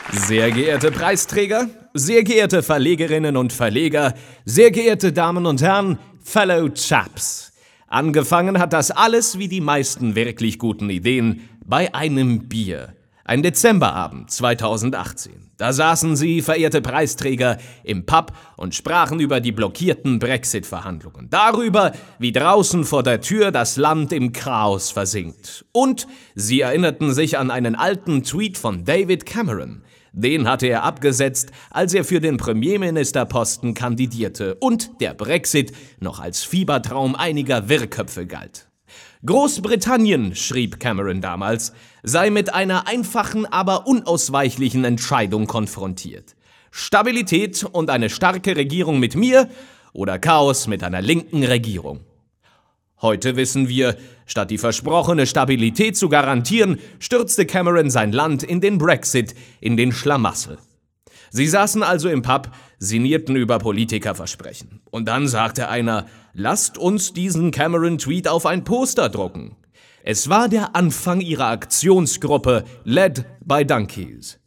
Sehr geehrte Preisträger, sehr geehrte Verlegerinnen und Verleger, sehr geehrte Damen und Herren, Fellow Chaps. Angefangen hat das alles, wie die meisten wirklich guten Ideen, bei einem Bier. Ein Dezemberabend 2018. Da saßen Sie, verehrte Preisträger, im Pub und sprachen über die blockierten Brexit-Verhandlungen. Darüber, wie draußen vor der Tür das Land im Chaos versinkt. Und Sie erinnerten sich an einen alten Tweet von David Cameron. Den hatte er abgesetzt, als er für den Premierministerposten kandidierte und der Brexit noch als Fiebertraum einiger Wirrköpfe galt. Großbritannien, schrieb Cameron damals, sei mit einer einfachen, aber unausweichlichen Entscheidung konfrontiert. Stabilität und eine starke Regierung mit mir oder Chaos mit einer linken Regierung. Heute wissen wir, statt die versprochene Stabilität zu garantieren, stürzte Cameron sein Land in den Brexit, in den Schlamassel. Sie saßen also im Pub, sinnierten über Politikerversprechen. Und dann sagte einer, lasst uns diesen Cameron-Tweet auf ein Poster drucken. Es war der Anfang ihrer Aktionsgruppe Led by Donkeys.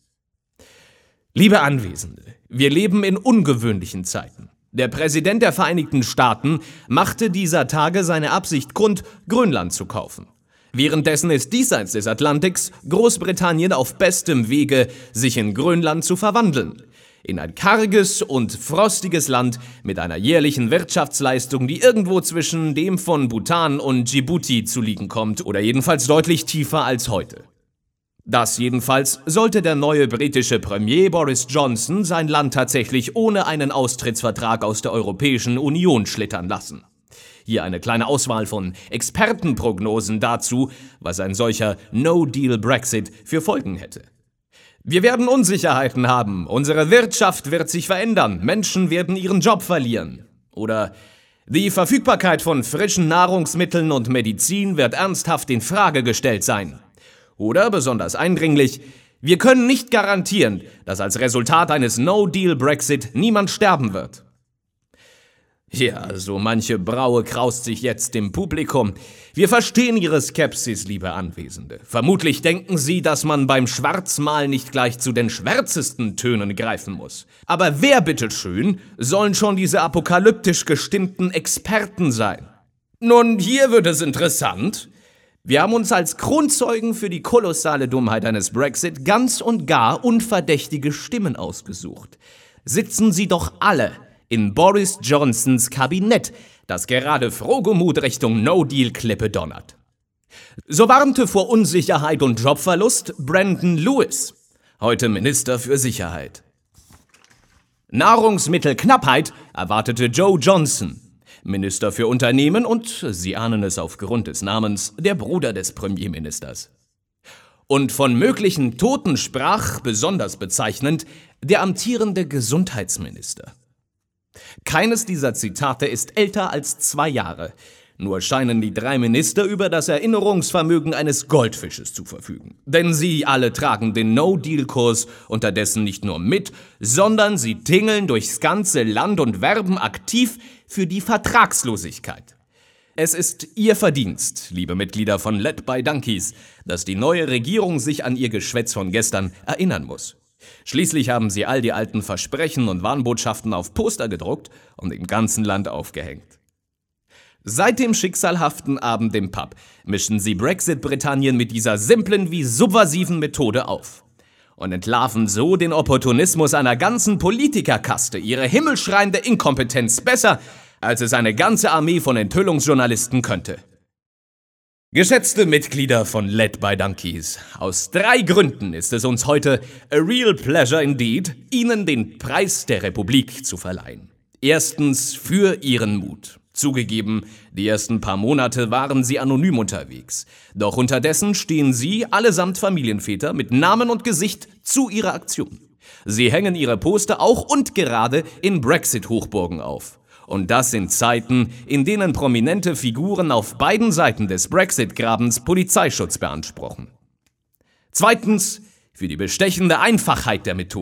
Liebe Anwesende, wir leben in ungewöhnlichen Zeiten. Der Präsident der Vereinigten Staaten machte dieser Tage seine Absicht kund, Grönland zu kaufen. Währenddessen ist diesseits des Atlantiks Großbritannien auf bestem Wege, sich in Grönland zu verwandeln. In ein karges und frostiges Land mit einer jährlichen Wirtschaftsleistung, die irgendwo zwischen dem von Bhutan und Djibouti zu liegen kommt oder jedenfalls deutlich tiefer als heute. Das jedenfalls sollte der neue britische Premier Boris Johnson sein Land tatsächlich ohne einen Austrittsvertrag aus der Europäischen Union schlittern lassen. Hier eine kleine Auswahl von Expertenprognosen dazu, was ein solcher No-Deal-Brexit für Folgen hätte. Wir werden Unsicherheiten haben, unsere Wirtschaft wird sich verändern, Menschen werden ihren Job verlieren. Oder die Verfügbarkeit von frischen Nahrungsmitteln und Medizin wird ernsthaft in Frage gestellt sein. Oder, besonders eindringlich, wir können nicht garantieren, dass als Resultat eines No-Deal-Brexit niemand sterben wird. Ja, so manche Braue kraust sich jetzt im Publikum. Wir verstehen Ihre Skepsis, liebe Anwesende. Vermutlich denken Sie, dass man beim Schwarzmalen nicht gleich zu den schwärzesten Tönen greifen muss. Aber wer bitteschön sollen schon diese apokalyptisch gestimmten Experten sein? Nun, hier wird es interessant. Wir haben uns als Kronzeugen für die kolossale Dummheit eines Brexit ganz und gar unverdächtige Stimmen ausgesucht. Sitzen Sie doch alle in Boris Johnsons Kabinett, das gerade frohgemut Richtung No-Deal-Klippe donnert. So warnte vor Unsicherheit und Jobverlust Brandon Lewis, heute Minister für Sicherheit. Nahrungsmittelknappheit erwartete Joe Johnson, Minister für Unternehmen und, Sie ahnen es aufgrund des Namens, der Bruder des Premierministers. Und von möglichen Toten sprach, besonders bezeichnend, der amtierende Gesundheitsminister. Keines dieser Zitate ist älter als 2 Jahre. Nur scheinen die 3 Minister über das Erinnerungsvermögen eines Goldfisches zu verfügen. Denn sie alle tragen den No-Deal-Kurs unterdessen nicht nur mit, sondern sie tingeln durchs ganze Land und werben aktiv für die Vertragslosigkeit. Es ist Ihr Verdienst, liebe Mitglieder von Led by Donkeys, dass die neue Regierung sich an ihr Geschwätz von gestern erinnern muss. Schließlich haben sie all die alten Versprechen und Warnbotschaften auf Poster gedruckt und im ganzen Land aufgehängt. Seit dem schicksalhaften Abend im Pub mischen sie Brexit-Britannien mit dieser simplen wie subversiven Methode auf und entlarven so den Opportunismus einer ganzen Politikerkaste, ihre himmelschreiende Inkompetenz besser, als es eine ganze Armee von Enthüllungsjournalisten könnte. Geschätzte Mitglieder von Led by Donkeys, aus 3 Gründen ist es uns heute a real pleasure indeed, Ihnen den Preis der Republik zu verleihen. Erstens für Ihren Mut. Zugegeben, die ersten paar Monate waren Sie anonym unterwegs. Doch unterdessen stehen Sie, allesamt Familienväter, mit Namen und Gesicht zu Ihrer Aktion. Sie hängen Ihre Poster auch und gerade in Brexit-Hochburgen auf. Und das in Zeiten, in denen prominente Figuren auf beiden Seiten des Brexit-Grabens Polizeischutz beanspruchen. Zweitens, für die bestechende Einfachheit der Methode.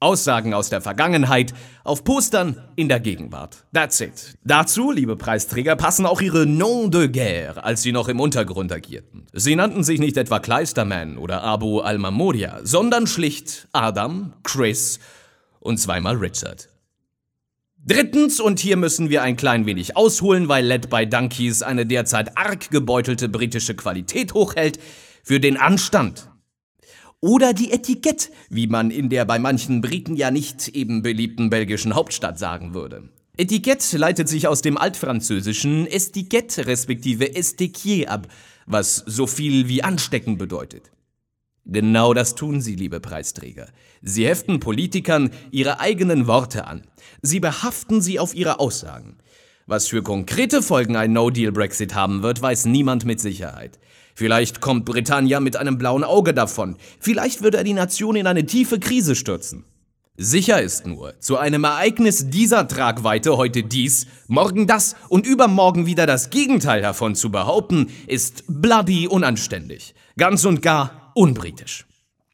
Aussagen aus der Vergangenheit auf Postern in der Gegenwart. That's it. Dazu, liebe Preisträger, passen auch ihre Nom de Guerre, als sie noch im Untergrund agierten. Sie nannten sich nicht etwa Kleisterman oder Abu al-Mamodia, sondern schlicht Adam, Chris und zweimal Richard. Drittens, und hier müssen wir ein klein wenig ausholen, weil Led by Donkeys eine derzeit arg gebeutelte britische Qualität hochhält, für den Anstand. Oder die Etikette, wie man in der bei manchen Briten ja nicht eben beliebten belgischen Hauptstadt sagen würde. Etikette leitet sich aus dem altfranzösischen Estiquette respektive Estiquier ab, was so viel wie anstecken bedeutet. Genau das tun sie, liebe Preisträger. Sie heften Politikern ihre eigenen Worte an. Sie behaften sie auf ihre Aussagen. Was für konkrete Folgen ein No-Deal-Brexit haben wird, weiß niemand mit Sicherheit. Vielleicht kommt Britannia mit einem blauen Auge davon. Vielleicht würde er die Nation in eine tiefe Krise stürzen. Sicher ist nur, zu einem Ereignis dieser Tragweite heute dies, morgen das und übermorgen wieder das Gegenteil davon zu behaupten, ist bloody unanständig. Ganz und gar unbritisch.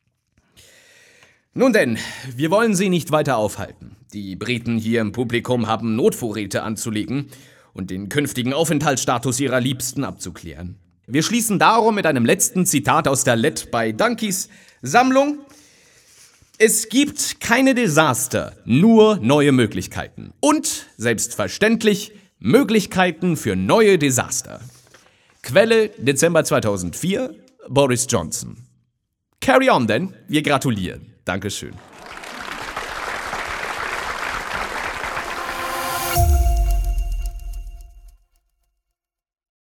Nun denn, wir wollen Sie nicht weiter aufhalten. Die Briten hier im Publikum haben Notvorräte anzulegen und den künftigen Aufenthaltsstatus ihrer Liebsten abzuklären. Wir schließen darum mit einem letzten Zitat aus der Led by Donkeys Sammlung. Es gibt keine Desaster, nur neue Möglichkeiten. Und, selbstverständlich, Möglichkeiten für neue Desaster. Quelle Dezember 2004, Boris Johnson. Carry on denn, wir gratulieren. Dankeschön.